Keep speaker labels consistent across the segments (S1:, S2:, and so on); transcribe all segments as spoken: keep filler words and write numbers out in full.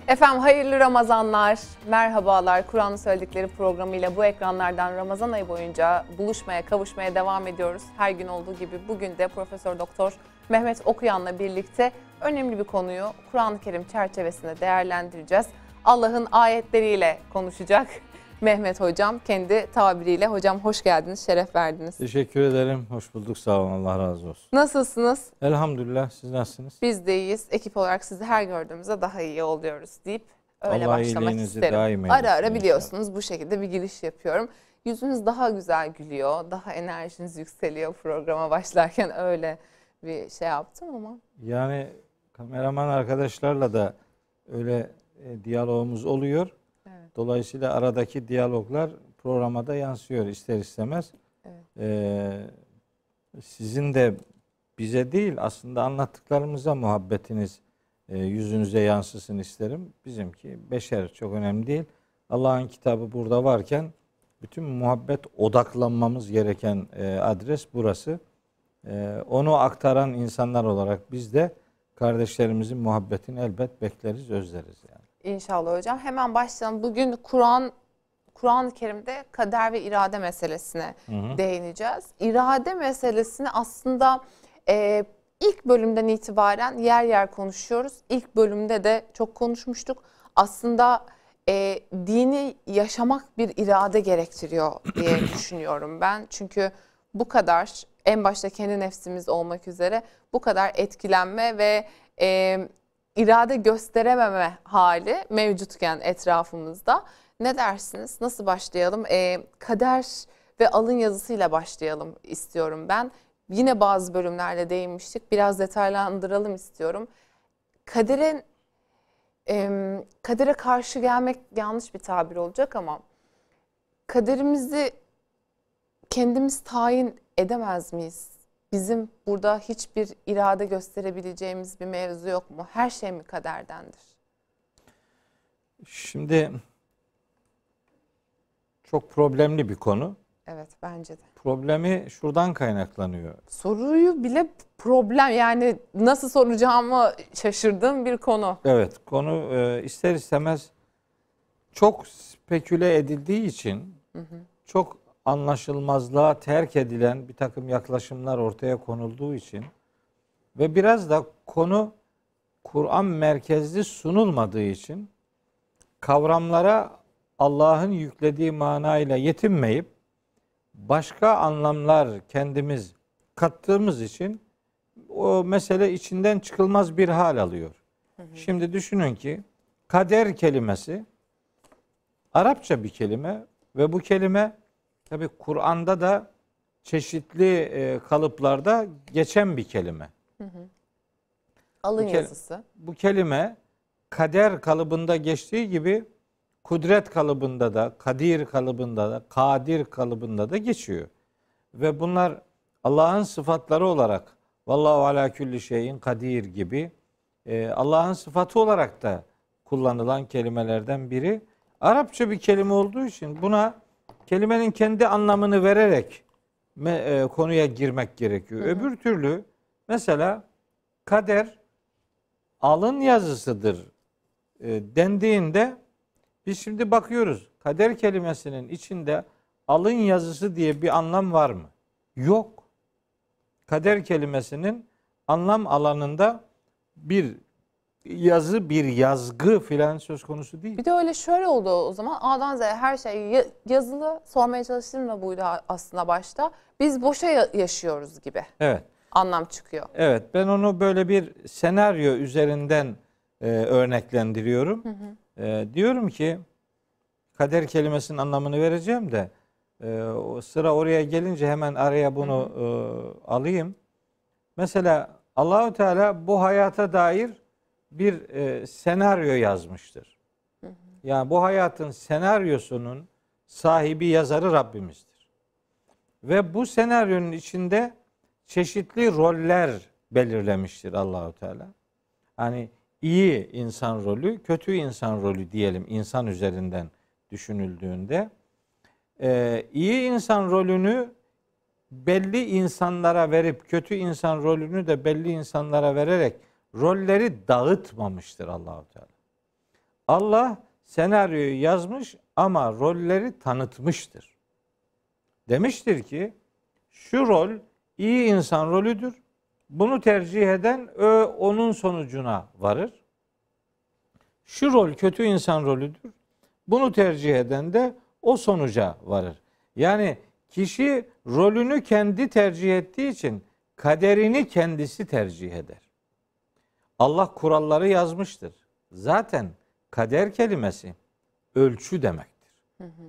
S1: Efendim hayırlı Ramazanlar, merhabalar. Kur'an'ın söyledikleri programıyla bu ekranlardan Ramazan ayı boyunca buluşmaya, kavuşmaya devam ediyoruz. Her gün olduğu gibi bugün de Profesör Doktor Mehmet Okuyan'la birlikte önemli bir konuyu Kur'an-ı Kerim çerçevesinde değerlendireceğiz. Allah'ın ayetleriyle konuşacak Mehmet Hocam kendi tabiriyle. Hocam hoş geldiniz, şeref verdiniz.
S2: Teşekkür ederim, hoş bulduk, sağ olun, Allah razı olsun.
S1: Nasılsınız?
S2: Elhamdülillah, siz nasılsınız?
S1: Biz de iyiyiz. Ekip olarak sizi her gördüğümüzde daha iyi oluyoruz deyip öyle
S2: Allah
S1: başlamak isterim.
S2: daim
S1: Ara ara
S2: eylesin
S1: biliyorsunuz
S2: inşallah.
S1: bu şekilde bir giriş yapıyorum. Yüzünüz daha güzel gülüyor, daha enerjiniz yükseliyor programa başlarken öyle bir şey yaptım ama.
S2: Yani kameraman arkadaşlarla da öyle e, diyalogumuz oluyor.
S1: Evet.
S2: Dolayısıyla aradaki diyaloglar programa da yansıyor ister istemez.
S1: Evet.
S2: Ee, sizin de bize değil aslında anlattıklarımıza muhabbetiniz e, yüzünüze yansısın isterim. Bizimki beşer, çok önemli değil. Allah'ın kitabı burada varken bütün muhabbet odaklanmamız gereken e, adres burası. E, onu aktaran insanlar olarak biz de kardeşlerimizin muhabbetini elbet bekleriz, özleriz yani.
S1: İnşallah hocam. Hemen başlayalım. Bugün Kur'an Kur'an-ı Kerim'de kader ve irade meselesine hı hı. değineceğiz. İrade meselesini aslında e, ilk bölümden itibaren yer yer konuşuyoruz. İlk bölümde de çok konuşmuştuk. Aslında e, dini yaşamak bir irade gerektiriyor diye düşünüyorum ben. Çünkü bu kadar, en başta kendi nefsimiz olmak üzere bu kadar etkilenme ve e, irade gösterememe hali mevcutken etrafımızda. Ne dersiniz? Nasıl başlayalım? E, kader ve alın yazısıyla başlayalım istiyorum ben. Yine bazı bölümlerde değinmiştik. Biraz detaylandıralım istiyorum. Kaderin e, kadere karşı gelmek yanlış bir tabir olacak ama kaderimizi kendimiz tayin edemez miyiz? Bizim burada hiçbir irade gösterebileceğimiz bir mevzu yok mu? Her şey mi kaderdendir?
S2: Şimdi çok problemli bir konu.
S1: Evet, bence de.
S2: Problemi şuradan kaynaklanıyor.
S1: Soruyu bile problem, yani nasıl soracağımı şaşırdığım bir konu.
S2: Evet, konu e, ister istemez çok speküle edildiği için, hı hı. çok anlaşılmazlığa terk edilen bir takım yaklaşımlar ortaya konulduğu için ve biraz da konu Kur'an merkezli sunulmadığı için kavramlara Allah'ın yüklediği manayla yetinmeyip başka anlamlar kendimiz kattığımız için o mesele içinden çıkılmaz bir hal alıyor. Hı hı. Şimdi düşünün ki kader kelimesi Arapça bir kelime ve bu kelime tabii Kur'an'da da çeşitli e, kalıplarda geçen bir kelime. Hı hı.
S1: Alın
S2: bu ke-
S1: yazısı.
S2: Bu kelime kader kalıbında geçtiği gibi kudret kalıbında da, kadir kalıbında da, kadir kalıbında da geçiyor. Ve bunlar Allah'ın sıfatları olarak vallahu ala külli şeyin kadir gibi e, Allah'ın sıfatı olarak da kullanılan kelimelerden biri. Arapça bir kelime olduğu için buna kelimenin kendi anlamını vererek me, e, konuya girmek gerekiyor. Hı hı. Öbür türlü mesela kader alın yazısıdır e, dendiğinde biz şimdi bakıyoruz. Kader kelimesinin içinde alın yazısı diye bir anlam var mı? Yok. Kader kelimesinin anlam alanında bir yazı, bir yazgı filan söz konusu değil.
S1: Bir de öyle şöyle oldu o zaman. A'dan Z'ye her şey yazılı. Sormaya çalıştığım da buydu aslında başta. Biz boşa yaşıyoruz gibi.
S2: Evet.
S1: Anlam çıkıyor.
S2: Evet. Ben onu böyle bir senaryo üzerinden e, örneklendiriyorum. Hı hı. E, diyorum ki kader kelimesinin anlamını vereceğim de e, o sıra oraya gelince hemen araya bunu hı hı. E, alayım. Mesela Allahu Teala bu hayata dair bir e, senaryo yazmıştır. Hı hı. Yani bu hayatın senaryosunun sahibi, yazarı Rabbimizdir. Ve bu senaryonun içinde çeşitli roller belirlemiştir Allahu Teala. Hani iyi insan rolü, kötü insan rolü diyelim insan üzerinden düşünüldüğünde. Ee, iyi insan rolünü belli insanlara verip kötü insan rolünü de belli insanlara vererek rolleri dağıtmamıştır Allah-u Teala. Allah senaryoyu yazmış ama rolleri tanıtmıştır. Demiştir ki şu rol iyi insan rolüdür. Bunu tercih eden ö, onun sonucuna varır. Şu rol kötü insan rolüdür. Bunu tercih eden de o sonuca varır. Yani kişi rolünü kendi tercih ettiği için kaderini kendisi tercih eder. Allah kuralları yazmıştır. Zaten kader kelimesi ölçü demektir. Hı hı.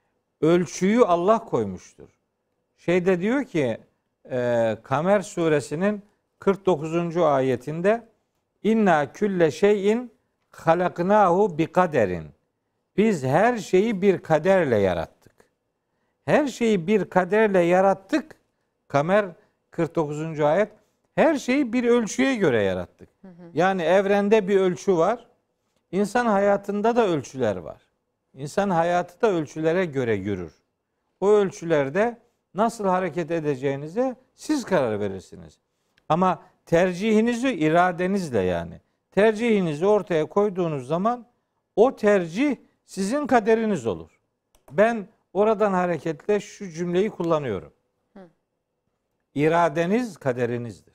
S2: Ölçüyü Allah koymuştur. Şeyde diyor ki e, Kamer suresinin kırk dokuzuncu ayetinde İnna külle şeyin halaknahu bi kaderin. Biz her şeyi bir kaderle yarattık. Her şeyi bir kaderle yarattık. Kamer kırk dokuzuncu ayet. Her şeyi bir ölçüye göre yarattık. Hı hı. Yani evrende bir ölçü var. İnsan hayatında da ölçüler var. İnsan hayatı da ölçülere göre yürür. O ölçülerde nasıl hareket edeceğinize siz karar verirsiniz. Ama tercihinizi iradenizle yani tercihinizi ortaya koyduğunuz zaman o tercih sizin kaderiniz olur. Ben oradan hareketle şu cümleyi kullanıyorum. Hı. İradeniz kaderinizdir.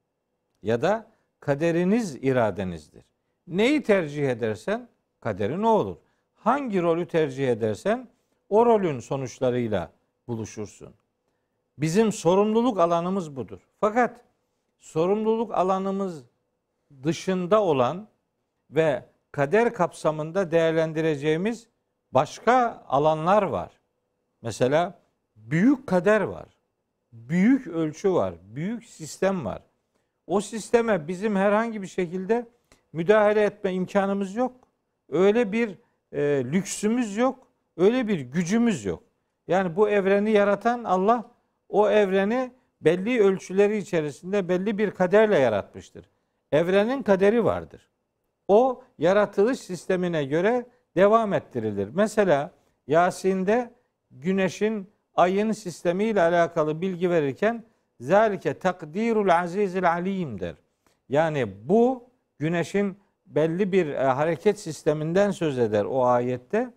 S2: Ya da kaderiniz iradenizdir. Neyi tercih edersen kaderin o olur. Hangi rolü tercih edersen o rolün sonuçlarıyla buluşursun. Bizim sorumluluk alanımız budur. Fakat sorumluluk alanımız dışında olan ve kader kapsamında değerlendireceğimiz başka alanlar var. Mesela büyük kader var. Büyük ölçü var. Büyük sistem var. O sisteme bizim herhangi bir şekilde müdahale etme imkanımız yok. Öyle bir e, lüksümüz yok. Öyle bir gücümüz yok. Yani bu evreni yaratan Allah o evreni belli ölçüleri içerisinde belli bir kaderle yaratmıştır. Evrenin kaderi vardır. O yaratılış sistemine göre devam ettirilir. Mesela Yasin'de güneşin, ayın sistemiyle alakalı bilgi verirken zalike takdirul azizil alim der. Yani bu güneşin belli bir e, hareket sisteminden söz eder o ayette.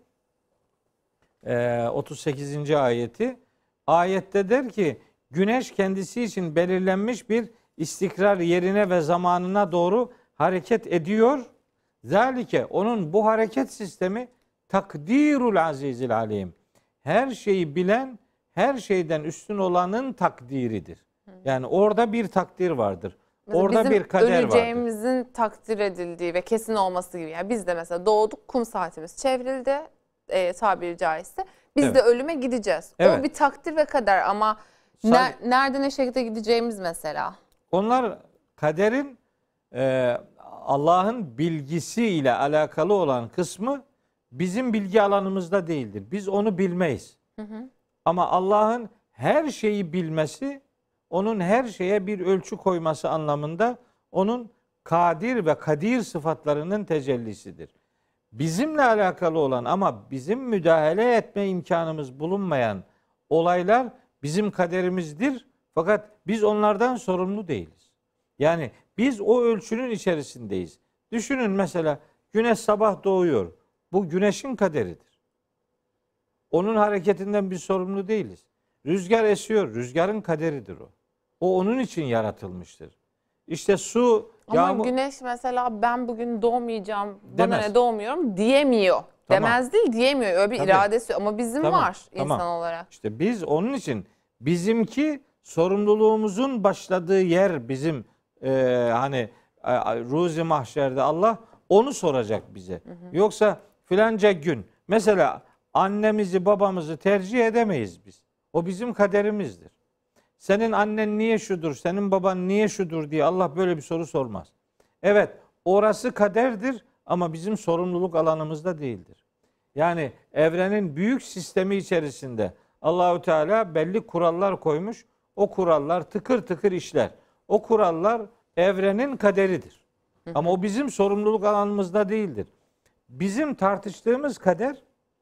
S2: E, otuz sekizinci ayeti. Ayette der ki güneş kendisi için belirlenmiş bir istikrar yerine ve zamanına doğru hareket ediyor. Zalike onun bu hareket sistemi takdirul azizil alim. Her şeyi bilen, her şeyden üstün olanın takdiridir. Yani orada bir takdir vardır.
S1: Mesela
S2: orada
S1: bizim
S2: bir kader vardır.
S1: öleceğimizin takdir edildiği ve kesin olması gibi. Yani biz de mesela doğduk, kum saatimiz çevrildi e, tabiri caizse. Biz
S2: Evet.
S1: de ölüme gideceğiz.
S2: Evet.
S1: O bir takdir ve kader ama
S2: Sadece,
S1: ner, nerede ne şekilde gideceğimiz mesela.
S2: Onlar kaderin e, Allah'ın bilgisiyle alakalı olan kısmı bizim bilgi alanımızda değildir. Biz onu bilmeyiz. Hı hı. Ama Allah'ın her şeyi bilmesi, onun her şeye bir ölçü koyması anlamında onun kadir ve kadir sıfatlarının tecellisidir. Bizimle alakalı olan ama bizim müdahale etme imkanımız bulunmayan olaylar bizim kaderimizdir. Fakat biz onlardan sorumlu değiliz. Yani biz o ölçünün içerisindeyiz. Düşünün mesela güneş sabah doğuyor. Bu güneşin kaderidir. Onun hareketinden biz sorumlu değiliz. Rüzgar esiyor. Rüzgarın kaderidir o. O onun için yaratılmıştır. İşte su,
S1: ama
S2: yağmur...
S1: güneş mesela ben bugün doğmayacağım,
S2: Demez.
S1: bana ne doğmuyorum diyemiyor. Tamam. Demez değil diyemiyor. Öyle bir
S2: Tabii.
S1: iradesi ama bizim
S2: Tamam.
S1: var
S2: Tamam.
S1: insan olarak.
S2: İşte biz onun için bizimki sorumluluğumuzun başladığı yer bizim e, hani e, ruzi mahşerde Allah onu soracak bize. Hı hı. Yoksa filanca gün mesela annemizi babamızı tercih edemeyiz biz. O bizim kaderimizdir. Senin annen niye şudur, senin baban niye şudur diye Allah böyle bir soru sormaz. Evet, orası kaderdir ama bizim sorumluluk alanımızda değildir. Yani evrenin büyük sistemi içerisinde Allahü Teala belli kurallar koymuş. O kurallar tıkır tıkır işler. O kurallar evrenin kaderidir. Ama o bizim sorumluluk alanımızda değildir. Bizim tartıştığımız kader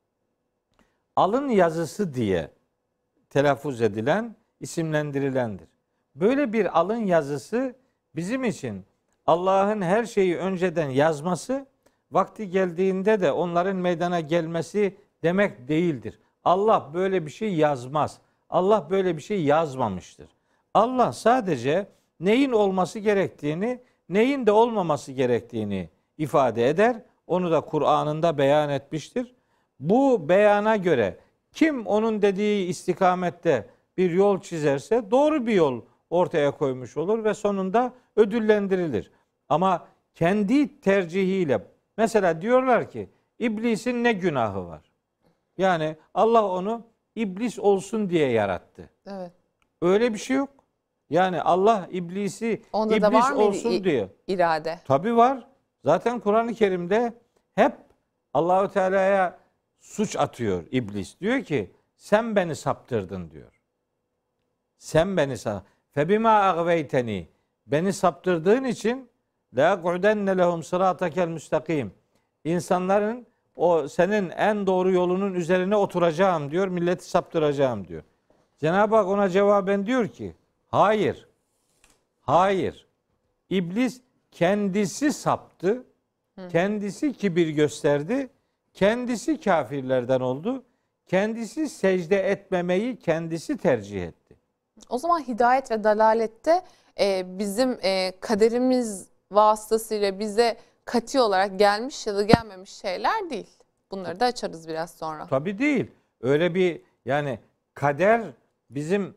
S2: alın yazısı diye telaffuz edilen, isimlendirilendir. Böyle bir alın yazısı bizim için Allah'ın her şeyi önceden yazması vakti geldiğinde de onların meydana gelmesi demek değildir. Allah böyle bir şey yazmaz. Allah böyle bir şey yazmamıştır. Allah sadece neyin olması gerektiğini, neyin de olmaması gerektiğini ifade eder. Onu da Kur'an'ında beyan etmiştir. Bu beyana göre kim onun dediği istikamette bir yol çizerse doğru bir yol ortaya koymuş olur ve sonunda ödüllendirilir. Ama kendi tercihiyle, mesela diyorlar ki iblisin ne günahı var? Yani Allah onu iblis olsun diye yarattı.
S1: Evet.
S2: Öyle bir şey yok. Yani Allah iblisi
S1: Onda
S2: iblis
S1: da var mıydı
S2: olsun
S1: i-
S2: diye.
S1: irade?
S2: Tabii var. Zaten Kur'an-ı Kerim'de hep Allahu Teala'ya suç atıyor iblis. Diyor ki sen beni saptırdın diyor. Sen beni sa febima agveyteni, beni saptırdığın için la gu'denne lehum sıratakel müstakim. İnsanların o senin en doğru yolunun üzerine oturacağım diyor. Milleti saptıracağım diyor. Cenab-ı Hak ona cevaben diyor ki hayır. Hayır. İblis kendisi saptı. Kendisi kibir gösterdi. Kendisi kafirlerden oldu. Kendisi secde etmemeyi kendisi tercih etti.
S1: O zaman hidayet ve dalalette e, bizim e, kaderimiz vasıtasıyla bize kati olarak gelmiş ya da gelmemiş şeyler değil. Bunları da açarız biraz sonra.
S2: Tabii değil. Öyle bir, yani kader bizim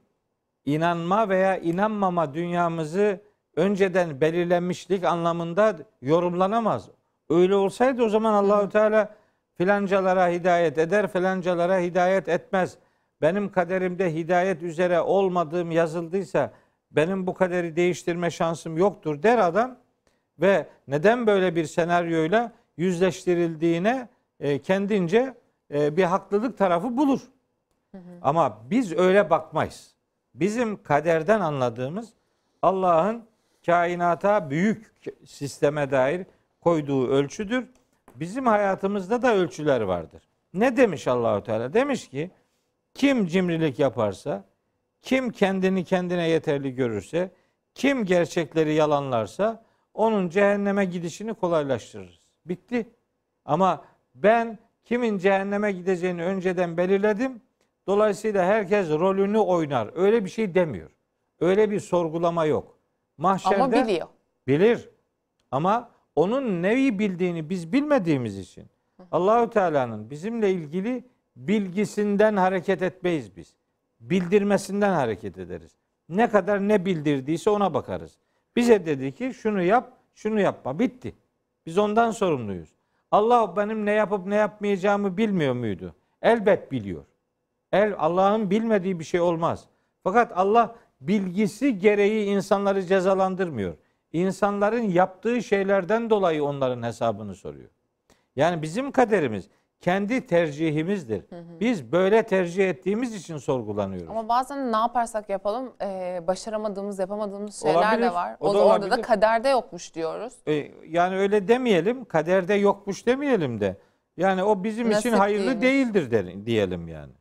S2: inanma veya inanmama dünyamızı önceden belirlenmişlik anlamında yorumlanamaz. Öyle olsaydı o zaman Allahü Teala filancalara hidayet eder, filancalara hidayet etmez. Benim kaderimde hidayet üzere olmadığım yazıldıysa benim bu kaderi değiştirme şansım yoktur der adam ve neden böyle bir senaryoyla yüzleştirildiğine e, kendince e, bir haklılık tarafı bulur. Hı hı. Ama biz öyle bakmayız. Bizim kaderden anladığımız Allah'ın kainata, büyük sisteme dair koyduğu ölçüdür. Bizim hayatımızda da ölçüler vardır. Ne demiş Allahu Teala? Demiş ki kim cimrilik yaparsa, kim kendini kendine yeterli görürse, kim gerçekleri yalanlarsa onun cehenneme gidişini kolaylaştırırız. Bitti. Ama ben kimin cehenneme gideceğini önceden belirledim. Dolayısıyla herkes rolünü oynar. Öyle bir şey demiyor. Öyle bir sorgulama yok. Mahşerde
S1: ama biliyor.
S2: Bilir. Ama onun neyi bildiğini biz bilmediğimiz için Allahu Teala'nın bizimle ilgili bilgisinden hareket etmeyiz biz. Bildirmesinden hareket ederiz. Ne kadar ne bildirdiyse ona bakarız. Bize dedi ki şunu yap, şunu yapma. Bitti. Biz ondan sorumluyuz. Allah benim ne yapıp ne yapmayacağımı bilmiyor muydu? Elbet biliyor. El Allah'ın bilmediği bir şey olmaz. Fakat Allah bilgisi gereği insanları cezalandırmıyor. İnsanların yaptığı şeylerden dolayı onların hesabını soruyor. Yani bizim kaderimiz kendi tercihimizdir. Hı hı. Biz böyle tercih ettiğimiz için sorgulanıyoruz.
S1: Ama bazen ne yaparsak yapalım e, başaramadığımız, yapamadığımız şeyler
S2: olabilir,
S1: de var.
S2: o
S1: O
S2: da
S1: da orada
S2: olabilir.
S1: da kaderde yokmuş diyoruz.
S2: E, yani öyle demeyelim, kaderde yokmuş demeyelim de. Yani o bizim
S1: Nasip
S2: için hayırlı
S1: değilmiş.
S2: değildir der, diyelim yani.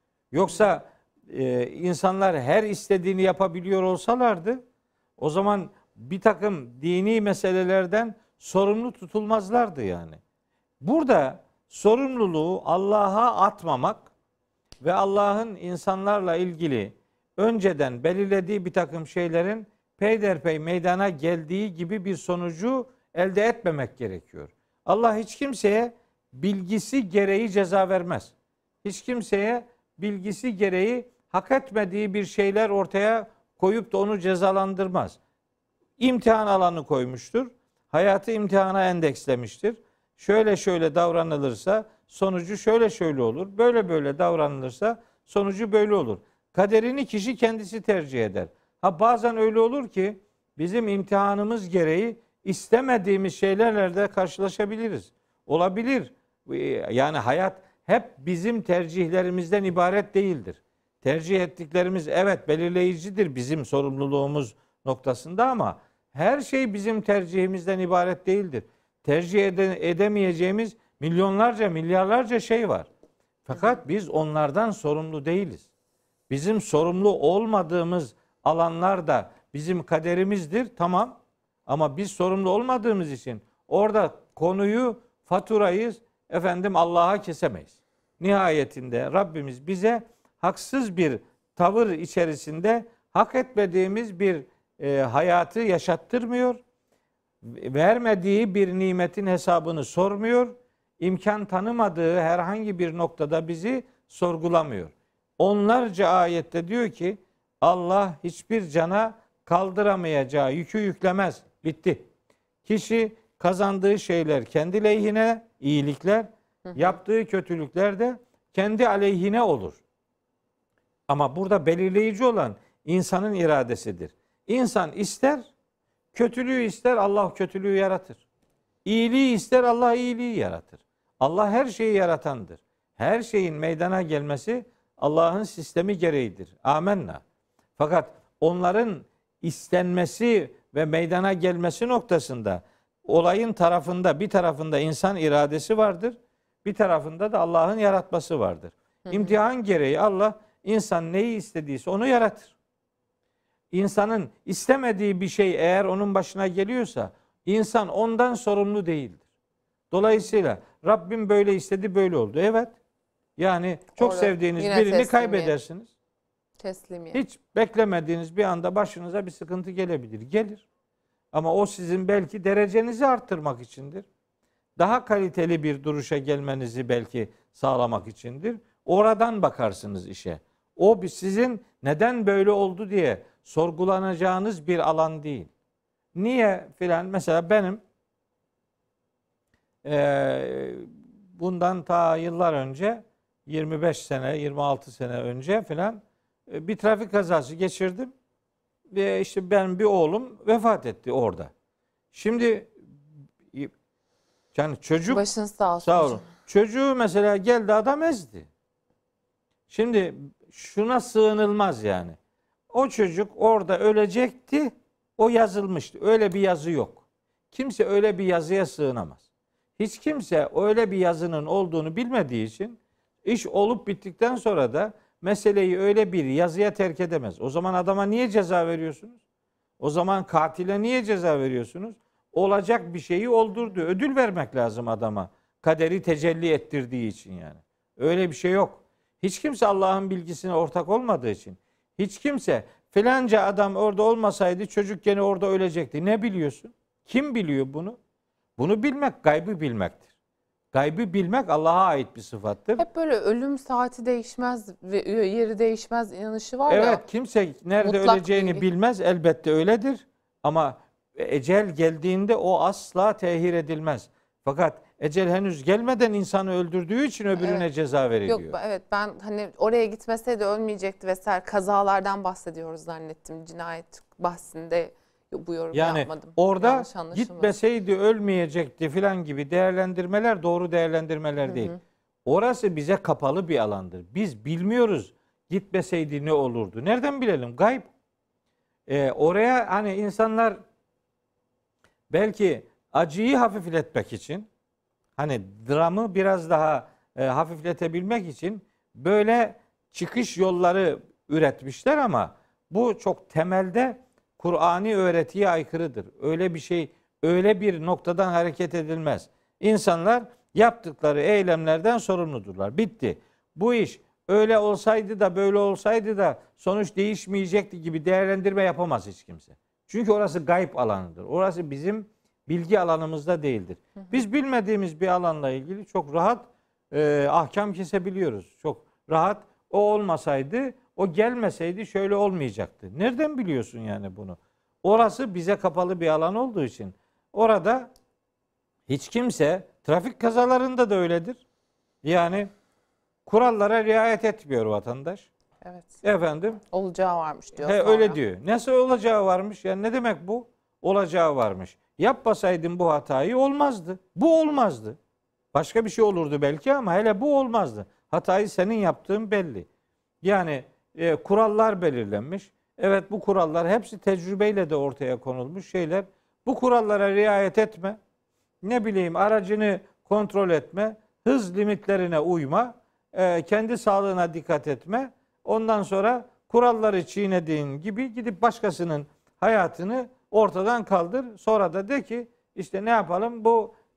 S2: Yoksa e, insanlar her istediğini yapabiliyor olsalardı, o zaman bir takım dini meselelerden sorumlu tutulmazlardı yani. Burada sorumluluğu Allah'a atmamak ve Allah'ın insanlarla ilgili önceden belirlediği bir takım şeylerin peyderpey meydana geldiği gibi bir sonucu elde etmemek gerekiyor. Allah hiç kimseye bilgisi gereği ceza vermez. Hiç kimseye bilgisi gereği hak etmediği bir şeyler ortaya koyup da onu cezalandırmaz. İmtihan alanı koymuştur. Hayatı imtihana endekslemiştir. Şöyle şöyle davranılırsa sonucu şöyle şöyle olur. Böyle böyle davranılırsa sonucu böyle olur. Kaderini kişi kendisi tercih eder. Ha bazen öyle olur ki bizim imtihanımız gereği istemediğimiz şeylerle de karşılaşabiliriz. Olabilir. Yani hayat hep bizim tercihlerimizden ibaret değildir. Tercih ettiklerimiz evet belirleyicidir bizim sorumluluğumuz noktasında ama her şey bizim tercihimizden ibaret değildir. Tercih ede- edemeyeceğimiz milyonlarca, milyarlarca şey var. Fakat biz onlardan sorumlu değiliz. Bizim sorumlu olmadığımız alanlar da bizim kaderimizdir, tamam. Ama biz sorumlu olmadığımız için orada konuyu faturayı efendim Allah'a kesemeyiz. Nihayetinde Rabbimiz bize haksız bir tavır içerisinde hak etmediğimiz bir e, hayatı yaşattırmıyor. Vermediği bir nimetin hesabını sormuyor. İmkan tanımadığı herhangi bir noktada bizi sorgulamıyor. Onlarca ayette diyor ki Allah hiçbir cana kaldıramayacağı yükü yüklemez. Bitti. Kişi kazandığı şeyler kendi lehine, iyilikler, hı hı. yaptığı kötülükler de kendi aleyhine olur. Ama burada belirleyici olan insanın iradesidir. İnsan ister, kötülüğü ister, Allah kötülüğü yaratır. İyiliği ister, Allah iyiliği yaratır. Allah her şeyi yaratandır. Her şeyin meydana gelmesi Allah'ın sistemi gereğidir. Amenna. Fakat onların istenmesi ve meydana gelmesi noktasında olayın tarafında, bir tarafında insan iradesi vardır, bir tarafında da Allah'ın yaratması vardır. Hı hı. İmtihan gereği Allah insan neyi istediyse onu yaratır. İnsanın istemediği bir şey eğer onun başına geliyorsa insan ondan sorumlu değildir. Dolayısıyla Rabbim böyle istedi, böyle oldu. Evet. Yani çok Orada sevdiğiniz birini teslimiyet. kaybedersiniz.
S1: Teslimiyet.
S2: Hiç beklemediğiniz bir anda başınıza bir sıkıntı gelebilir. Gelir. Ama o sizin belki derecenizi arttırmak içindir. Daha kaliteli bir duruşa gelmenizi belki sağlamak içindir. Oradan bakarsınız işe. O sizin neden böyle oldu diye sorgulanacağınız bir alan değil. Niye filan? Mesela benim e, bundan ta yıllar önce yirmi beş sene, yirmi altı sene önce filan e, bir trafik kazası geçirdim. Ve işte benim bir oğlum vefat etti orada. Şimdi yani çocuk
S1: başınız sağ olsun.
S2: Sağ olun. Çocuğu mesela geldi adam ezdi. Şimdi şuna sığınılmaz yani. O çocuk orada ölecekti. O yazılmıştı. Öyle bir yazı yok. Kimse öyle bir yazıya sığınamaz. Hiç kimse öyle bir yazının olduğunu bilmediği için iş olup bittikten sonra da meseleyi öyle bir yazıya terk edemez. O zaman adama niye ceza veriyorsunuz? O zaman katile niye ceza veriyorsunuz? Olacak bir şeyi oldurdu. Ödül vermek lazım adama. Kaderi tecelli ettirdiği için yani. Öyle bir şey yok. Hiç kimse Allah'ın bilgisine ortak olmadığı için. Hiç kimse filanca adam orada olmasaydı çocuk gene orada ölecekti. Ne biliyorsun? Kim biliyor bunu? Bunu bilmek gaybı bilmektir. Gaybı bilmek Allah'a ait bir sıfattır.
S1: Hep böyle ölüm saati değişmez ve yeri değişmez inanışı var
S2: evet,
S1: ya.
S2: Evet, kimse nerede öleceğini bilgi. bilmez. Elbette öyledir. Ama ecel geldiğinde o asla tehir edilmez. Fakat ecel henüz gelmeden insanı öldürdüğü için öbürüne evet. ceza veriliyor.
S1: Yok evet ben hani oraya gitmeseydi ölmeyecekti vesaire kazalardan bahsediyoruz zannettim. Cinayet bahsinde bu yorumu
S2: yani
S1: yapmadım.
S2: Yani orada gitmeseydi ölmeyecekti filan gibi değerlendirmeler doğru değerlendirmeler hı değil. Hı. Orası bize kapalı bir alandır. Biz bilmiyoruz gitmeseydi ne olurdu. Nereden bilelim? Gayb. Ee, oraya hani insanlar belki acıyı hafifletmek için hani dramı biraz daha e, hafifletebilmek için böyle çıkış yolları üretmişler ama bu çok temelde Kur'ani öğretiye aykırıdır. Öyle bir şey, öyle bir noktadan hareket edilmez. İnsanlar yaptıkları eylemlerden sorumludurlar. Bitti. Bu iş öyle olsaydı da böyle olsaydı da sonuç değişmeyecekti gibi değerlendirme yapamaz hiç kimse. Çünkü orası gayb alanıdır. Orası bizim bilgi alanımızda değildir. Biz bilmediğimiz bir alanla ilgili çok rahat e, ahkam kesebiliyoruz. Çok rahat o olmasaydı, o gelmeseydi şöyle olmayacaktı. Nereden biliyorsun yani bunu? Orası bize kapalı bir alan olduğu için orada hiç kimse trafik kazalarında da öyledir. Yani kurallara riayet etmiyor vatandaş.
S1: Evet.
S2: Efendim?
S1: Olacağı varmış diyor.
S2: He, öyle diyor. Nasıl olacağı varmış? Yani ne demek bu? Olacağı varmış. Yapmasaydın bu hatayı olmazdı. Bu olmazdı. Başka bir şey olurdu belki ama hele bu olmazdı. Hatayı senin yaptığın belli. Yani e, kurallar belirlenmiş. Evet bu kurallar hepsi tecrübeyle de ortaya konulmuş şeyler. Bu kurallara riayet etme. Ne bileyim aracını kontrol etme. Hız limitlerine uyma. E, kendi sağlığına dikkat etme. Ondan sonra kuralları çiğnediğin gibi gidip başkasının hayatını ortadan kaldır. Sonra da de ki işte ne yapalım bu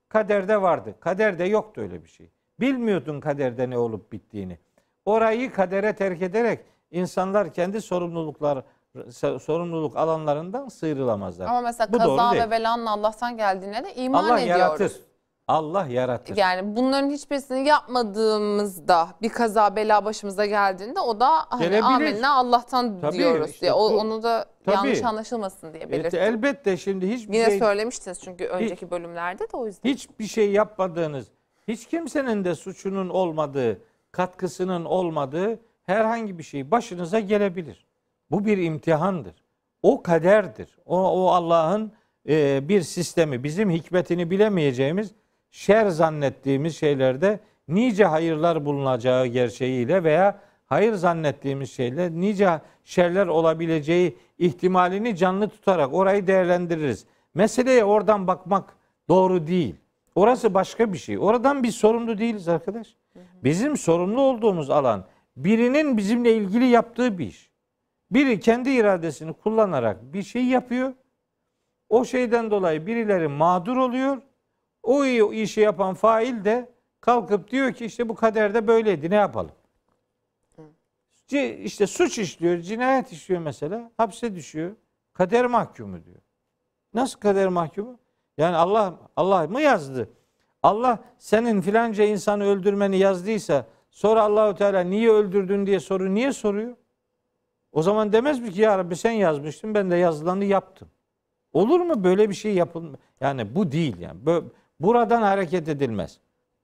S2: kaderde vardı. Kaderde yoktu öyle bir şey. Bilmiyordun kaderde ne olup bittiğini. Orayı kadere terk ederek insanlar kendi sorumluluklar sorumluluk alanlarından sıyrılamazlar.
S1: Ama mesela
S2: Bu doğru
S1: kaza
S2: değil.
S1: ve belanın Allah'tan geldiğine de iman
S2: Allah
S1: ediyoruz.
S2: yaratır. Allah yaratır.
S1: Yani bunların hiçbirisini yapmadığımızda bir kaza bela başımıza geldiğinde o da hani
S2: Gelebilir.
S1: amenna Allah'tan
S2: Tabii,
S1: diyoruz
S2: işte
S1: diye. O,
S2: bu-
S1: onu da
S2: tabii.
S1: yanlış anlaşılmasın diye
S2: Evet,
S1: belirttim.
S2: elbette şimdi hiçbir
S1: Yine
S2: şey
S1: söylemiştiniz çünkü önceki bölümlerde de o yüzden.
S2: hiçbir şey yapmadığınız, hiç kimsenin de suçunun olmadığı, katkısının olmadığı herhangi bir şey başınıza gelebilir. Bu bir imtihandır. O kaderdir. O, o Allah'ın e, bir sistemi. Bizim hikmetini bilemeyeceğimiz, şer zannettiğimiz şeylerde nice hayırlar bulunacağı gerçeğiyle veya hayır zannettiğimiz şeyler nice şerler olabileceği ihtimalini canlı tutarak orayı değerlendiririz. Meseleye oradan bakmak doğru değil. Orası başka bir şey. Oradan biz sorumlu değiliz arkadaş. Bizim sorumlu olduğumuz alan birinin bizimle ilgili yaptığı bir iş. Biri kendi iradesini kullanarak bir şey yapıyor. O şeyden dolayı birileri mağdur oluyor. O işi yapan fail de kalkıp diyor ki işte bu kaderde böyleydi, ne yapalım? İşte suç işliyor, cinayet işliyor mesela, hapse düşüyor. Kader mahkumu diyor. Nasıl kader mahkumu? Yani Allah Allah mı yazdı? Allah senin filanca insanı öldürmeni yazdıysa sonra Allahu Teala niye öldürdün diye soru niye soruyor? O zaman demez mi ki ya Rabbi sen yazmıştın, ben de yazılanı yaptım. Olur mu böyle bir şey yapılmaz? Yani bu değil yani. Buradan hareket edilmez.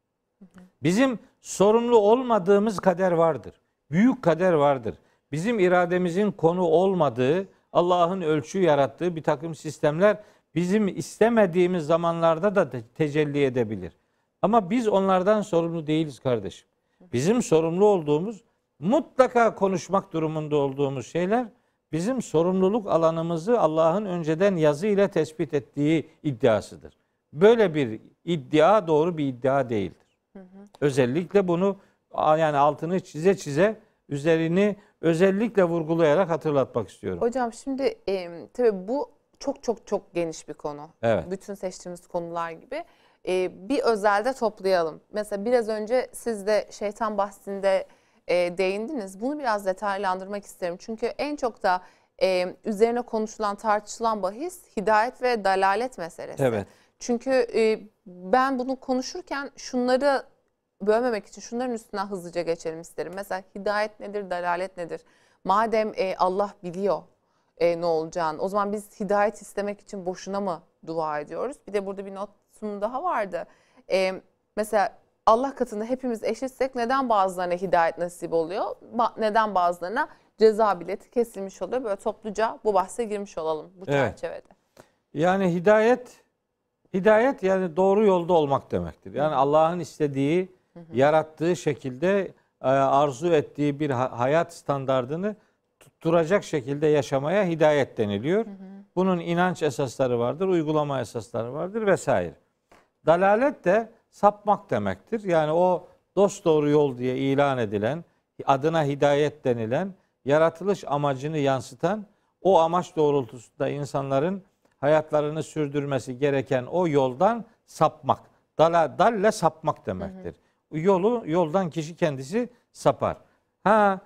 S2: Bizim sorumlu olmadığımız kader vardır. Büyük kader vardır. Bizim irademizin konu olmadığı, Allah'ın ölçü yarattığı bir takım sistemler bizim istemediğimiz zamanlarda da tecelli edebilir. Ama biz onlardan sorumlu değiliz kardeşim. Bizim sorumlu olduğumuz, mutlaka konuşmak durumunda olduğumuz şeyler bizim sorumluluk alanımızı Allah'ın önceden yazı ile tespit ettiği iddiasıdır. Böyle bir iddia doğru bir iddia değildir. Hı hı. Özellikle bunu yani altını çize çize üzerini özellikle vurgulayarak hatırlatmak istiyorum.
S1: Hocam şimdi e, tabii bu çok çok çok geniş bir konu.
S2: Evet.
S1: Bütün seçtiğimiz konular gibi. E, bir özelde toplayalım. Mesela biraz önce siz de şeytan bahsinde e, değindiniz. Bunu biraz detaylandırmak isterim. Çünkü en çok da e, üzerine konuşulan, tartışılan bahis hidayet ve dalalet meselesi.
S2: Evet.
S1: Çünkü e, ben bunu konuşurken şunları bölmemek için şunların üstünden hızlıca geçelim isterim. Mesela hidayet nedir, dalalet nedir? Madem e, Allah biliyor e, ne olacağını, o zaman biz hidayet istemek için boşuna mı dua ediyoruz? Bir de burada bir notum daha vardı. E, mesela Allah katında hepimiz eşitsek neden bazılarına hidayet nasip oluyor? Ba- neden bazılarına ceza bileti kesilmiş oluyor? Böyle topluca bu bahse girmiş olalım bu
S2: Evet.
S1: çerçevede.
S2: Yani hidayet, hidayet yani doğru yolda olmak demektir. Yani Allah'ın istediği, hı hı. yarattığı şekilde arzu ettiği bir hayat standardını tutturacak şekilde yaşamaya hidayet deniliyor. Hı hı. Bunun inanç esasları vardır, uygulama esasları vardır vesaire. Dalalet de sapmak demektir. Yani o dosdoğru yol diye ilan edilen, adına hidayet denilen, yaratılış amacını yansıtan, o amaç doğrultusunda insanların hayatlarını sürdürmesi gereken o yoldan sapmak. Dala, dalle sapmak demektir. Hı hı. Yolu yoldan kişi kendisi sapar. Ha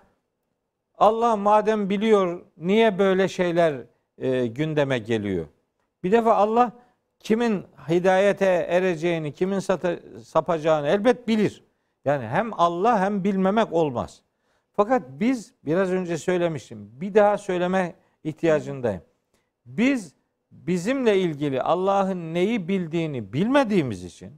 S2: Allah madem biliyor niye böyle şeyler e, gündeme geliyor? Bir defa Allah kimin hidayete ereceğini, kimin sata, sapacağını elbet bilir. Yani hem Allah hem bilmemek olmaz. Fakat biz biraz önce söylemiştim. Bir daha söyleme ihtiyacındayım. Biz bizimle ilgili Allah'ın neyi bildiğini bilmediğimiz için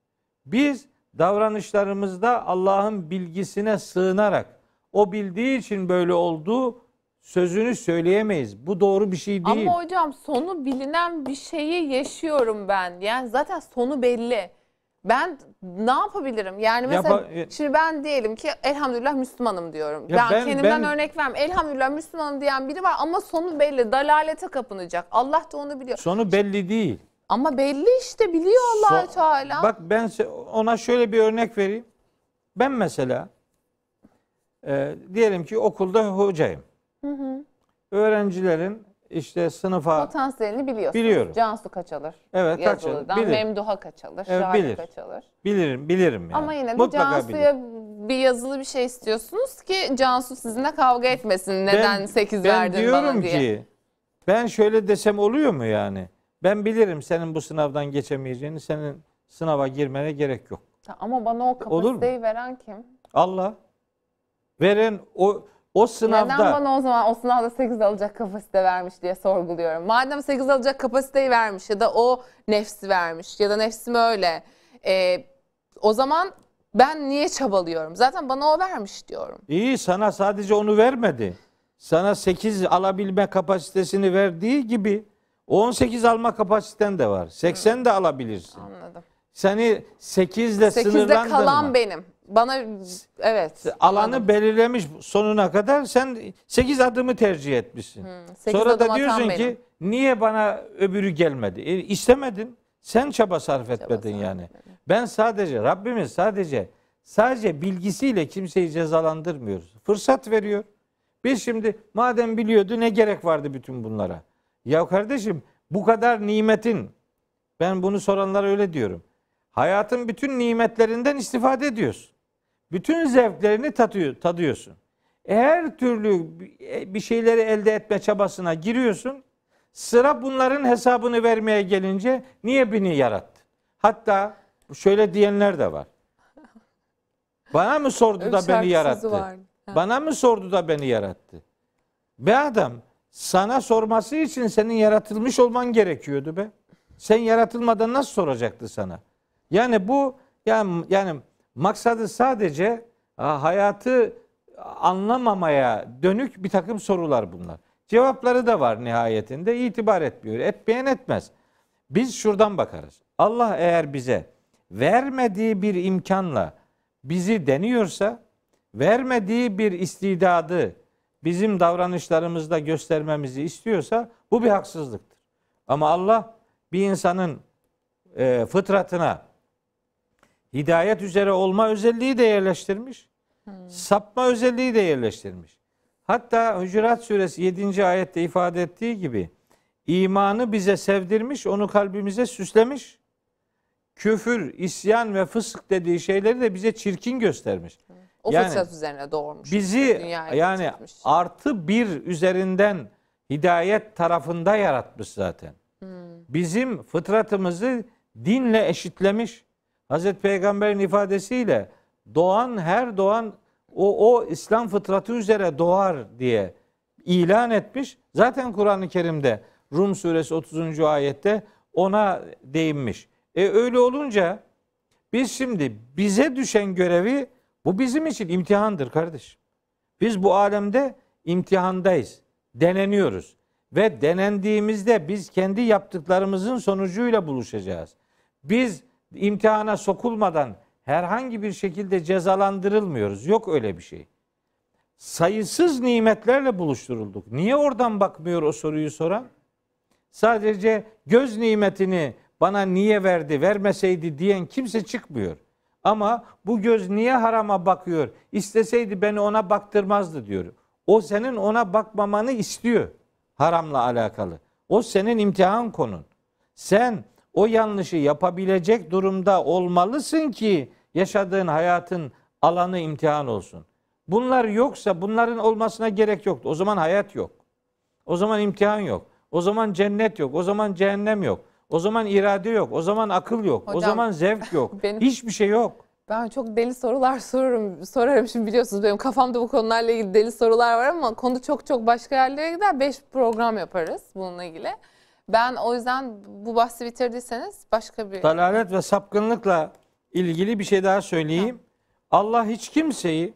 S2: biz davranışlarımızda Allah'ın bilgisine sığınarak o bildiği için böyle olduğu sözünü söyleyemeyiz. Bu doğru bir şey değil.
S1: Ama hocam sonu bilinen bir şeyi yaşıyorum ben. Yani zaten sonu belli. Ben ne yapabilirim? Yani mesela
S2: Yapa-
S1: şimdi ben diyelim ki elhamdülillah Müslümanım diyorum.
S2: Ya
S1: ben,
S2: ben-
S1: kendimden
S2: ben-
S1: örnek vermem. Elhamdülillah Müslümanım diyen biri var ama sonu belli. Dalalete kapınacak. Allah da onu biliyor.
S2: Sonu belli değil.
S1: Ama belli işte biliyor Allah
S2: So-
S1: Teala.
S2: Bak ben ona şöyle bir örnek vereyim. Ben mesela e, diyelim ki okulda hocayım.
S1: Hı hı.
S2: Öğrencilerin işte sınıfa
S1: Potansiyelini biliyorsunuz.
S2: Biliyorum.
S1: Cansu kaç alır?
S2: Evet, kaç alır,
S1: Yazılıdan.
S2: bilir.
S1: Memduha kaç alır?
S2: Evet,
S1: Şahane
S2: bilir.
S1: kaç alır?
S2: bilirim bilirim yani.
S1: Ama yine de
S2: Mutlaka
S1: Cansu'ya
S2: bilirim.
S1: bir yazılı bir şey istiyorsunuz ki Cansu sizinle kavga etmesin. Neden sekiz
S2: ben
S1: verdin bana
S2: diyorum
S1: diye.
S2: ki ben şöyle desem oluyor mu yani? Ben bilirim senin bu sınavdan geçemeyeceğini, senin sınava girmene gerek yok.
S1: Ama bana o
S2: Olur mu?
S1: kapasiteyi veren kim?
S2: Allah veren o o sınavda.
S1: Neden bana o zaman o sınavda sekiz alacak kapasite vermiş diye sorguluyorum. Madem sekiz alacak kapasiteyi vermiş ya da o nefsi vermiş ya da nefsim öyle. E, o zaman ben niye çabalıyorum? Zaten bana o vermiş diyorum.
S2: İyi, sana sadece onu vermedi. Sana sekiz alabilme kapasitesini verdiği gibi on sekiz alma kapasiten de var. seksen de alabilirsin.
S1: Anladım.
S2: Seni sekiz ile
S1: sekizde
S2: sınırlandırma.
S1: kalan benim. Bana evet.
S2: Alanı
S1: anladım.
S2: belirlemiş sonuna kadar, sen sekiz adımı tercih etmişsin.
S1: Hmm, sekiz
S2: Sonra
S1: adım
S2: da
S1: atan
S2: diyorsun
S1: benim.
S2: ki niye bana öbürü gelmedi? E, istemedin. Sen çaba sarf etmedin
S1: sarf
S2: yani. Ben sadece Rabbimiz sadece sadece bilgisiyle kimseyi cezalandırmıyoruz. Fırsat veriyor. Biz şimdi madem biliyordu ne gerek vardı bütün bunlara? Ya kardeşim, bu kadar nimetin, ben bunu soranlara öyle diyorum. Hayatın bütün nimetlerinden istifade ediyorsun. Bütün zevklerini tadıyor, tadıyorsun. Her türlü bir şeyleri elde etme çabasına giriyorsun. Sıra bunların hesabını vermeye gelince niye beni yarattı? Hatta şöyle diyenler de var. Bana mı sordu da beni yarattı? Bana mı sordu da beni yarattı? Be adam, sana sorması için senin yaratılmış olman gerekiyordu be. Sen yaratılmadan nasıl soracaktı sana? Yani bu yani, yani maksadı sadece hayatı anlamamaya dönük bir takım sorular bunlar. Cevapları da var nihayetinde, itibar etmiyor. Etmeyen etmez. Biz şuradan bakarız. Allah eğer bize vermediği bir imkanla bizi deniyorsa, vermediği bir istidadı bizim davranışlarımızda göstermemizi istiyorsa bu bir haksızlıktır. Ama Allah bir insanın e, fıtratına hidayet üzere olma özelliği de yerleştirmiş. Hmm. Sapma özelliği de yerleştirmiş. Hatta Hucurat Suresi yedinci ayette ifade ettiği gibi imanı bize sevdirmiş, onu kalbimize süslemiş. Küfür, isyan ve fısk dediği şeyleri de bize çirkin göstermiş.
S1: O
S2: yani,
S1: fıtrat üzerine doğurmuş.
S2: Bizi yani getirmiş. Artı bir üzerinden hidayet tarafında yaratmış zaten. Hmm. Bizim fıtratımızı dinle eşitlemiş. Hazreti Peygamber'in ifadesiyle doğan her doğan o, o İslam fıtratı üzere doğar diye ilan etmiş. Zaten Kur'an-ı Kerim'de Rum suresi otuzuncu ayette ona değinmiş. E öyle olunca biz şimdi bize düşen görevi, bu bizim için imtihandır kardeşim. Biz bu alemde imtihandayız. Deneniyoruz. Ve denendiğimizde biz kendi yaptıklarımızın sonucuyla buluşacağız. Biz imtihana sokulmadan herhangi bir şekilde cezalandırılmıyoruz. Yok öyle bir şey. Sayısız nimetlerle buluşturulduk. Niye oradan bakmıyor o soruyu soran? Sadece göz nimetini bana niye verdi, vermeseydi diyen kimse çıkmıyor. Ama bu göz niye harama bakıyor? İsteseydi beni ona baktırmazdı diyor. O senin ona bakmamanı istiyor haramla alakalı. O senin imtihan konun. Sen o yanlışı yapabilecek durumda olmalısın ki yaşadığın hayatın alanı imtihan olsun. Bunlar yoksa bunların olmasına gerek yoktu. O zaman hayat yok. O zaman imtihan yok. O zaman cennet yok. O zaman cehennem yok. O zaman irade yok. O zaman akıl yok. Hocam, o zaman zevk yok. Benim, Hiçbir şey yok.
S1: Ben çok deli sorular sorurum, sorarım. Şimdi biliyorsunuz benim kafamda bu konularla ilgili deli sorular var ama konu çok çok başka yerlere gider. Beş program yaparız bununla ilgili. Ben o yüzden bu bahsi bitirdiyseniz başka bir...
S2: Dalalet ve sapkınlıkla ilgili bir şey daha söyleyeyim. Ha. Allah hiç kimseyi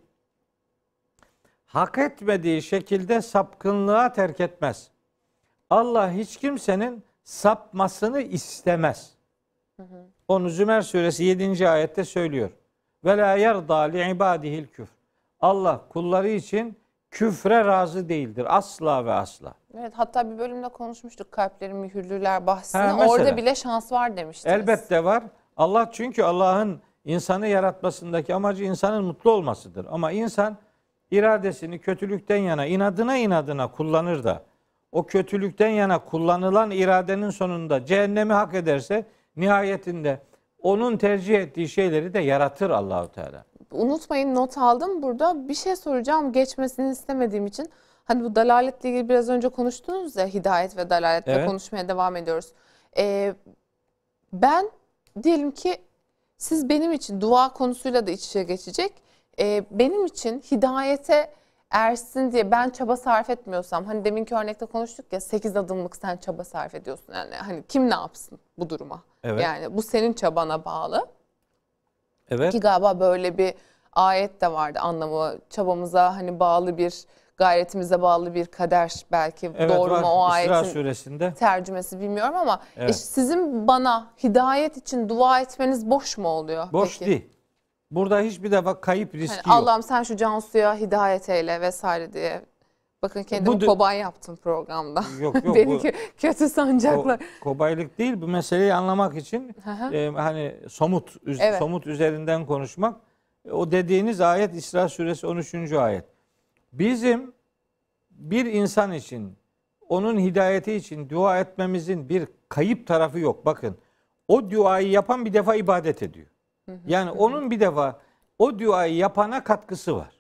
S2: hak etmediği şekilde sapkınlığa terk etmez. Allah hiç kimsenin sapmasını istemez. Hı hı. Onu Zümer suresi yedinci ayette söylüyor. Ve la yerda li ibadihil küfr. Allah kulları için küfre razı değildir. Asla ve asla.
S1: Evet, hatta bir bölümde konuşmuştuk kalpleri mühürlüler bahsini. Ha, orada bile şans var demiştiniz.
S2: Elbette var. Allah, çünkü Allah'ın insanı yaratmasındaki amacı insanın mutlu olmasıdır. Ama insan iradesini kötülükten yana inadına inadına kullanır da o kötülükten yana kullanılan iradenin sonunda cehennemi hak ederse nihayetinde onun tercih ettiği şeyleri de yaratır Allahu Teala.
S1: Unutmayın, not aldım burada. Bir şey soracağım geçmesini istemediğim için. Hani bu dalaletle ilgili biraz önce konuştunuz ya, hidayet ve dalaletle
S2: Evet.
S1: konuşmaya devam ediyoruz. Ee, ben diyelim ki siz benim için dua konusuyla da iç içe geçecek. Ee, benim için hidayete ersin diye ben çaba sarf etmiyorsam, hani deminki örnekte konuştuk ya, sekiz adımlık sen çaba sarf ediyorsun. Yani hani kim ne yapsın bu duruma?
S2: Evet.
S1: Yani bu senin çabana bağlı.
S2: Evet.
S1: Ki galiba böyle bir ayet de vardı, anlamı çabamıza hani bağlı bir, gayretimize bağlı bir kader, belki
S2: Evet,
S1: doğru
S2: var.
S1: mu o
S2: İsra
S1: ayetin
S2: suresinde.
S1: tercümesi bilmiyorum ama
S2: Evet.
S1: e, sizin bana hidayet için dua etmeniz boş mu oluyor?
S2: Boş
S1: peki?
S2: değil. Burada hiçbir defa kayıp riski
S1: Hani
S2: yok.
S1: Allah'ım sen şu Cansu'ya hidayet eyle vesaire diye. Bakın kendimi
S2: Bu-
S1: kobay yaptım programda.
S2: Yok yok.
S1: Beni
S2: bu,
S1: kö- kötü sanacaklar.
S2: o, kobaylık değil. Bu meseleyi anlamak için
S1: Hı hı.
S2: e, hani somut üz-
S1: Evet.
S2: somut üzerinden konuşmak. O dediğiniz ayet İsra suresi on üçüncü ayet. Bizim bir insan için, onun hidayeti için dua etmemizin bir kayıp tarafı yok. Bakın, o duayı yapan bir defa ibadet ediyor. Yani onun bir defa o duayı yapana katkısı var.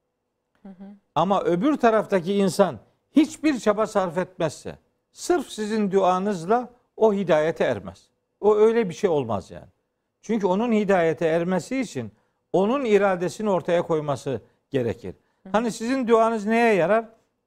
S2: Ama öbür taraftaki insan hiçbir çaba sarf etmezse, sırf sizin duanızla o hidayete ermez. O öyle bir şey olmaz yani. Çünkü onun hidayete ermesi için onun iradesini ortaya koyması gerekir. Hani sizin duanız neye yarar?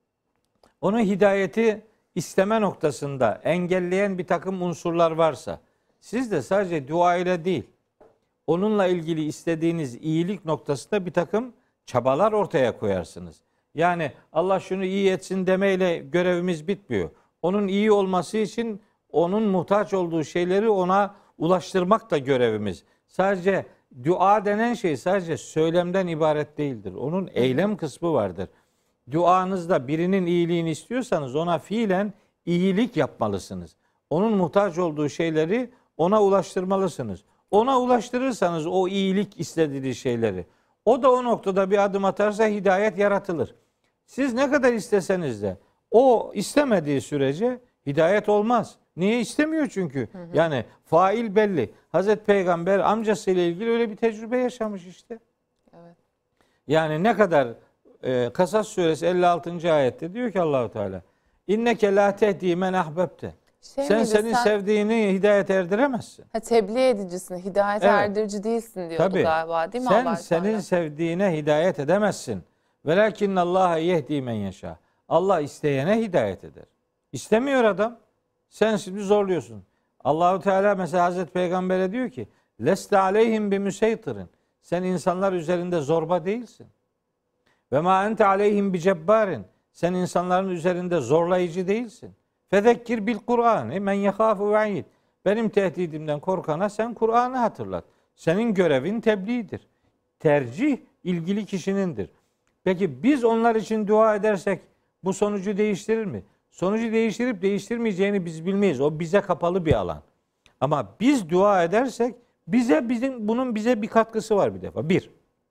S2: Onun hidayeti isteme noktasında engelleyen bir takım unsurlar varsa, siz de sadece dua ile değil, onunla ilgili istediğiniz iyilik noktasında bir takım çabalar ortaya koyarsınız. Yani Allah şunu iyi etsin demeyle görevimiz bitmiyor. Onun iyi olması için onun muhtaç olduğu şeyleri ona ulaştırmak da görevimiz. Sadece dua denen şey sadece söylemden ibaret değildir. Onun eylem kısmı vardır. Duanızda birinin iyiliğini istiyorsanız ona fiilen iyilik yapmalısınız. Onun muhtaç olduğu şeyleri ona ulaştırmalısınız. Ona ulaştırırsanız o iyilik istediği şeyleri, o da o noktada bir adım atarsa hidayet yaratılır. Siz ne kadar isteseniz de o istemediği sürece hidayet olmaz. Niye istemiyor çünkü? Hı hı. Yani fail belli. Hazreti Peygamber amcasıyla ilgili öyle bir tecrübe yaşamış işte.
S1: Evet.
S2: Yani ne kadar e, Kasas suresi elli altıncı ayette diyor ki Allahu Teala, İnneke la tehdi men ahbebte.
S1: Şey
S2: sen
S1: miydi,
S2: senin
S1: sen-
S2: sevdiğini hidayet erdiremezsin.
S1: Ha, tebliğ edicisin, hidayet
S2: Evet.
S1: erdirici değilsin diyordu
S2: Tabii.
S1: galiba, değil mi
S2: Sen
S1: Allah-u
S2: senin
S1: Teala?
S2: sevdiğine hidayet edemezsin. Velakinne Allah'a yehdi men yeşâ. Allah isteyene hidayet eder. İstemiyor adam. Sen şimdi zorluyorsun. Allahu Teala mesela Hazreti Peygamber'e diyor ki: "Leste aleyhim bi müseytirin." Sen insanlar üzerinde zorba değilsin. Ve ma ente aleyhim bi cebbarin. Sen insanların üzerinde zorlayıcı değilsin. Fezekkir bil Kur'an. Men yehâfu ve'id. Benim tehdidimden korkana sen Kur'an'ı hatırlat. Senin görevin tebliğdir. Tercih ilgili kişinindir. Peki biz onlar için dua edersek bu sonucu değiştirir mi? Sonucu değiştirip değiştirmeyeceğini biz bilmeyiz. O bize kapalı bir alan. Ama biz dua edersek bize bizim bunun bize bir katkısı var bir defa. Bir.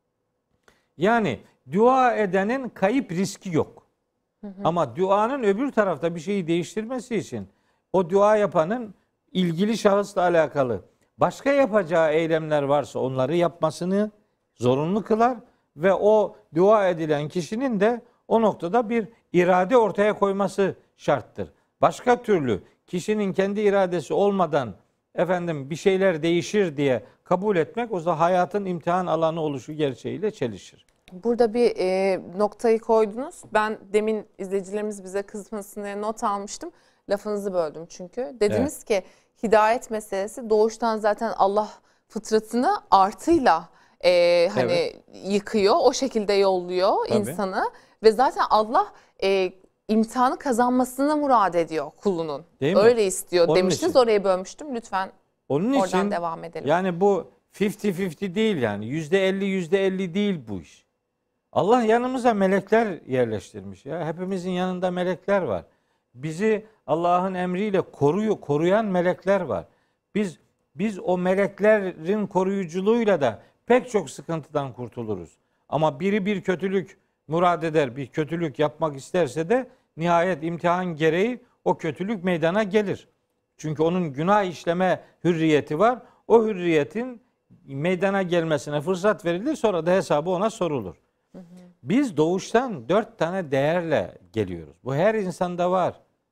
S2: Yani dua edenin kayıp riski yok. Hı hı. Ama duanın öbür tarafta bir şeyi değiştirmesi için o dua yapanın ilgili şahısla alakalı başka yapacağı eylemler varsa onları yapmasını zorunlu kılar ve o dua edilen kişinin de o noktada bir irade ortaya koyması şarttır. Başka türlü kişinin kendi iradesi olmadan efendim bir şeyler değişir diye kabul etmek o zaman hayatın imtihan alanı oluşu gerçeğiyle çelişir.
S1: Burada bir e, noktayı koydunuz. Ben demin izleyicilerimiz bize kızmasın diye not almıştım. Lafınızı böldüm çünkü. Dediniz ki hidayet meselesi doğuştan zaten Allah fıtratını artıyla e, hani
S2: Evet.
S1: yıkıyor. O şekilde yolluyor
S2: Tabii.
S1: insanı. Ve zaten Allah e, imtihanı kazanmasını murad ediyor kulunun.
S2: Değil mi?
S1: Öyle istiyor
S2: Onun
S1: demiştiniz.
S2: için.
S1: Orayı bölmüştüm. Lütfen
S2: Onun
S1: oradan
S2: için
S1: devam edelim.
S2: yani bu elli elli değil yani. yüzde elli yüzde elli değil bu iş. Allah yanımıza melekler yerleştirmiş ya. Hepimizin yanında melekler var. Bizi Allah'ın emriyle koruyor, koruyan melekler var. Biz biz o meleklerin koruyuculuğuyla da pek çok sıkıntıdan kurtuluruz. Ama biri bir kötülük murad eder, bir kötülük yapmak isterse de nihayet imtihan gereği o kötülük meydana gelir. Çünkü onun günah işleme hürriyeti var. O hürriyetin meydana gelmesine fırsat verilir, sonra da hesabı ona sorulur. Hı hı. Biz doğuştan dört tane değerle geliyoruz. Bu her insanda var.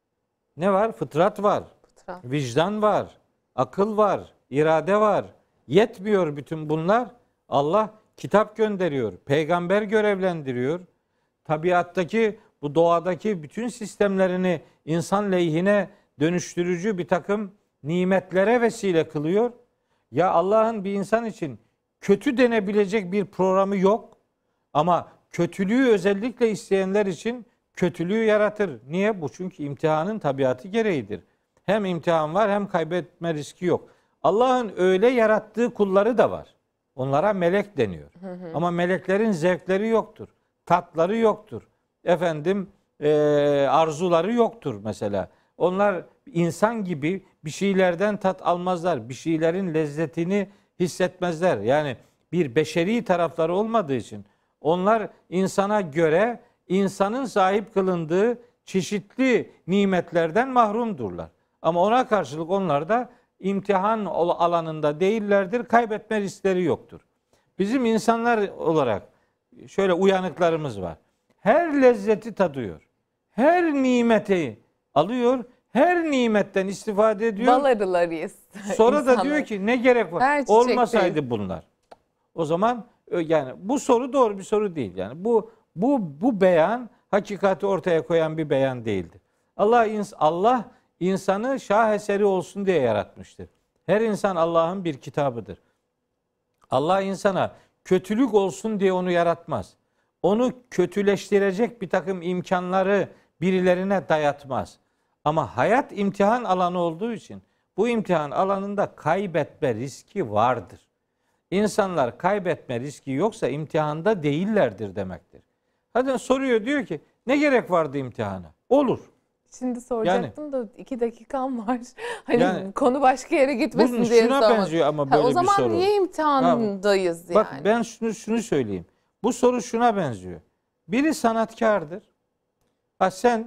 S2: Ne var? Fıtrat var. Fıtrat. Vicdan var. Akıl var. İrade var. Yetmiyor bütün bunlar. Allah kitap gönderiyor. Peygamber görevlendiriyor. Tabiattaki, bu doğadaki bütün sistemlerini insan lehine dönüştürücü bir takım nimetlere vesile kılıyor. Ya Allah'ın bir insan için kötü denebilecek bir programı yok. Ama kötülüğü özellikle isteyenler için kötülüğü yaratır. Niye? Bu çünkü imtihanın tabiatı gereğidir. Hem imtihan var hem kaybetme riski yok. Allah'ın öyle yarattığı kulları da var. Onlara melek deniyor. Hı hı. Ama meleklerin zevkleri yoktur. Tatları yoktur. Efendim e, arzuları yoktur mesela. Onlar insan gibi bir şeylerden tat almazlar. Bir şeylerin lezzetini hissetmezler. Yani bir beşeri tarafları olmadığı için onlar insana göre insanın sahip kılındığı çeşitli nimetlerden mahrumdurlar. Ama ona karşılık onlar da imtihan alanında değillerdir. Kaybetme riskleri yoktur. Bizim insanlar olarak şöyle uyanıklarımız var. Her lezzeti tadıyor. Her nimeti alıyor. Her nimetten istifade ediyor.
S1: Bal arılarıyız.
S2: Sonra insanlar da diyor ki ne gerek var?
S1: Her
S2: Olmasaydı
S1: değil
S2: bunlar. O zaman yani bu soru doğru bir soru değil. Yani bu bu bu beyan hakikati ortaya koyan bir beyan değildir. Allah Allah insanı şaheseri olsun diye yaratmıştır. Her insan Allah'ın bir kitabıdır. Allah insana kötülük olsun diye onu yaratmaz. Onu kötüleştirecek bir takım imkanları birilerine dayatmaz. Ama hayat imtihan alanı olduğu için bu imtihan alanında kaybetme riski vardır. İnsanlar kaybetme riski yoksa imtihanda değillerdir demektir. Hadi soruyor, diyor ki ne gerek vardı imtihana? Olur.
S1: Şimdi soracaktım yani, da iki dakikam var. Hani
S2: yani,
S1: konu başka yere gitmesin diye sormadım.
S2: Şuna benziyor ama böyle ha, bir soru.
S1: O zaman niye imtihandayız
S2: ha,
S1: yani?
S2: Bak ben şunu şunu söyleyeyim. Bu soru şuna benziyor. Biri sanatkardır. Ha sen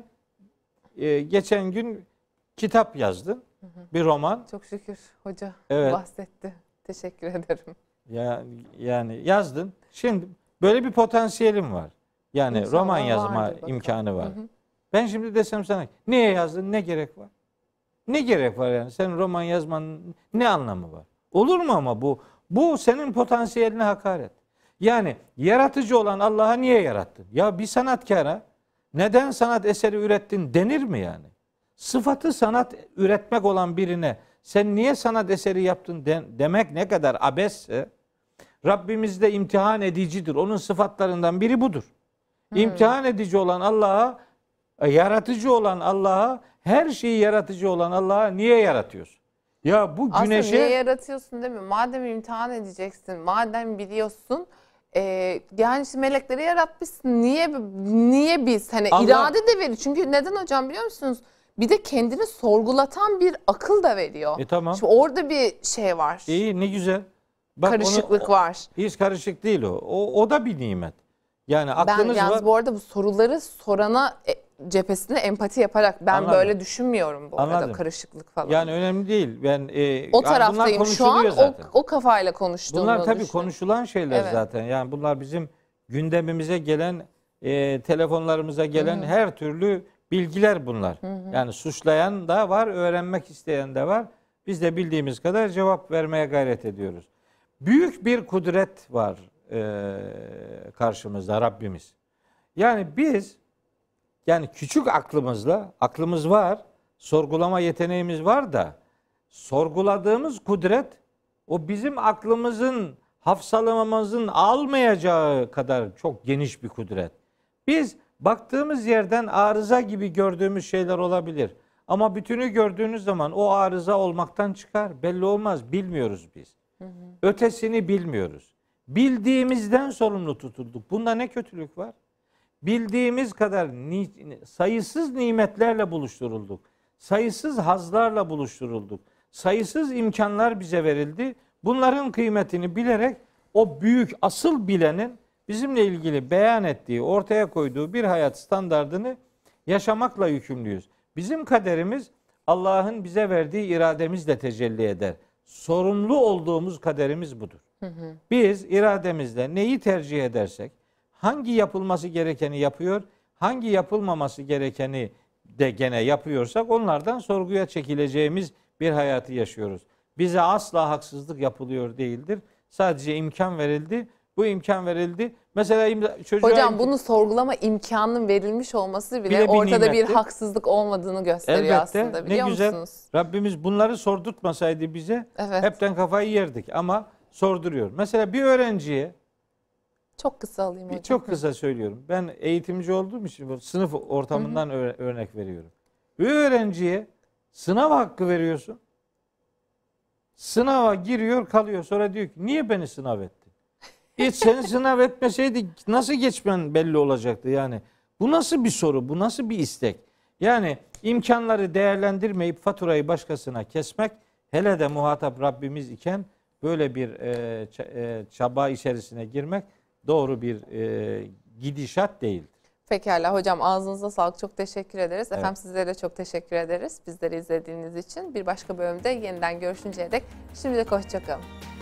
S2: e, geçen gün kitap yazdın. Hı hı. Bir roman.
S1: Çok şükür hoca
S2: evet.
S1: bahsetti. Teşekkür ederim.
S2: Ya yani yazdın. Şimdi böyle bir potansiyelim var. Yani İnşallah roman yazma imkanı var. Hı hı. Ben şimdi desem sana niye yazdın, ne gerek var? Ne gerek var yani? Senin roman yazmanın ne anlamı var? Olur mu ama bu? Bu senin potansiyeline hakaret. Yani yaratıcı olan Allah'a niye yarattın? Ya bir sanatkara neden sanat eseri ürettin denir mi yani? Sıfatı sanat üretmek olan birine sen niye sanat eseri yaptın de, demek ne kadar abesse, Rabbimiz de imtihan edicidir. Onun sıfatlarından biri budur. Hmm. İmtihan edici olan Allah'a, yaratıcı olan Allah'a, her şeyi yaratıcı olan Allah'a niye yaratıyorsun? Ya bu güneşe...
S1: Aslında niye yaratıyorsun değil mi? Madem imtihan edeceksin, madem biliyorsun, e, yani işte melekleri yaratmışsın. Niye niye biz? Hani Allah... irade de verir. Çünkü neden hocam biliyor musunuz? Bir de kendini sorgulatan bir akıl da veriyor.
S2: E tamam.
S1: Şimdi orada bir şey var.
S2: İyi, ne güzel. Bak
S1: karışıklık
S2: onu,
S1: var.
S2: Hiç karışık değil o. O, o da bir nimet. Yani aklınız
S1: ben yalnız
S2: var.
S1: bu arada bu soruları sorana e, cephesine empati yaparak ben Anladım. böyle düşünmüyorum bu
S2: Anladım.
S1: arada karışıklık falan.
S2: Yani önemli değil. Ben e,
S1: o taraftayım şu an o, o kafayla konuştuğumu
S2: Bunlar tabii konuşulan şeyler evet. zaten. Yani bunlar bizim gündemimize gelen, e, telefonlarımıza gelen Hı-hı. her türlü bilgiler bunlar. Hı hı. Yani suçlayan da var, öğrenmek isteyen de var. Biz de bildiğimiz kadar cevap vermeye gayret ediyoruz. Büyük bir kudret var e, karşımızda Rabbimiz. Yani biz yani küçük aklımızla, aklımız var, sorgulama yeteneğimiz var da sorguladığımız kudret o bizim aklımızın, hafsalamamızın almayacağı kadar çok geniş bir kudret. Biz baktığımız yerden arıza gibi gördüğümüz şeyler olabilir. Ama bütünü gördüğünüz zaman o arıza olmaktan çıkar. Belli olmaz. Bilmiyoruz biz. Hı hı. Ötesini bilmiyoruz. Bildiğimizden sorumlu tutulduk. Bunda ne kötülük var? Bildiğimiz kadar ni, sayısız nimetlerle buluşturulduk. Sayısız hazlarla buluşturulduk. Sayısız imkanlar bize verildi. Bunların kıymetini bilerek o büyük asıl bilenin bizimle ilgili beyan ettiği, ortaya koyduğu bir hayat standardını yaşamakla yükümlüyüz. Bizim kaderimiz Allah'ın bize verdiği irademizle tecelli eder. Sorumlu olduğumuz kaderimiz budur. Hı hı. Biz irademizle neyi tercih edersek, hangi yapılması gerekeni yapıyor, hangi yapılmaması gerekeni de gene yapıyorsak onlardan sorguya çekileceğimiz bir hayatı yaşıyoruz. Bize asla haksızlık yapılıyor değildir. Sadece imkan verildi. Bu imkan verildi. Mesela imza, çocuğa
S1: Hocam
S2: imkan,
S1: bunu sorgulama imkanının verilmiş olması bile,
S2: bile bir
S1: ortada bir
S2: nimettir.
S1: haksızlık olmadığını gösteriyor
S2: elbette,
S1: aslında, biliyor
S2: ne güzel.
S1: musunuz?
S2: Rabbimiz bunları sordurtmasaydı bize
S1: Evet.
S2: hepten kafayı yerdik ama sorduruyor. Mesela bir öğrenciye
S1: Çok kısa alayım hocam.
S2: çok kısa söylüyorum. Ben eğitimci olduğum için bu sınıf ortamından hı hı. örnek veriyorum. Bir öğrenciye sınav hakkı veriyorsun. Sınava giriyor, kalıyor. Sonra diyor ki niye beni sınav ettin? Hiç seni sınav etmeseydi nasıl geçmen belli olacaktı yani. Bu nasıl bir soru? Bu nasıl bir istek? Yani imkanları değerlendirmeyip faturayı başkasına kesmek, hele de muhatap Rabbimiz iken böyle bir e, çaba içerisine girmek doğru bir e, gidişat değildir.
S1: Pekala hocam, ağzınıza sağlık. Çok teşekkür ederiz.
S2: Evet.
S1: Efendim sizlere de çok teşekkür ederiz. Bizleri izlediğiniz için. Bir başka bölümde yeniden görüşünceye dek şimdilik hoşça kalın.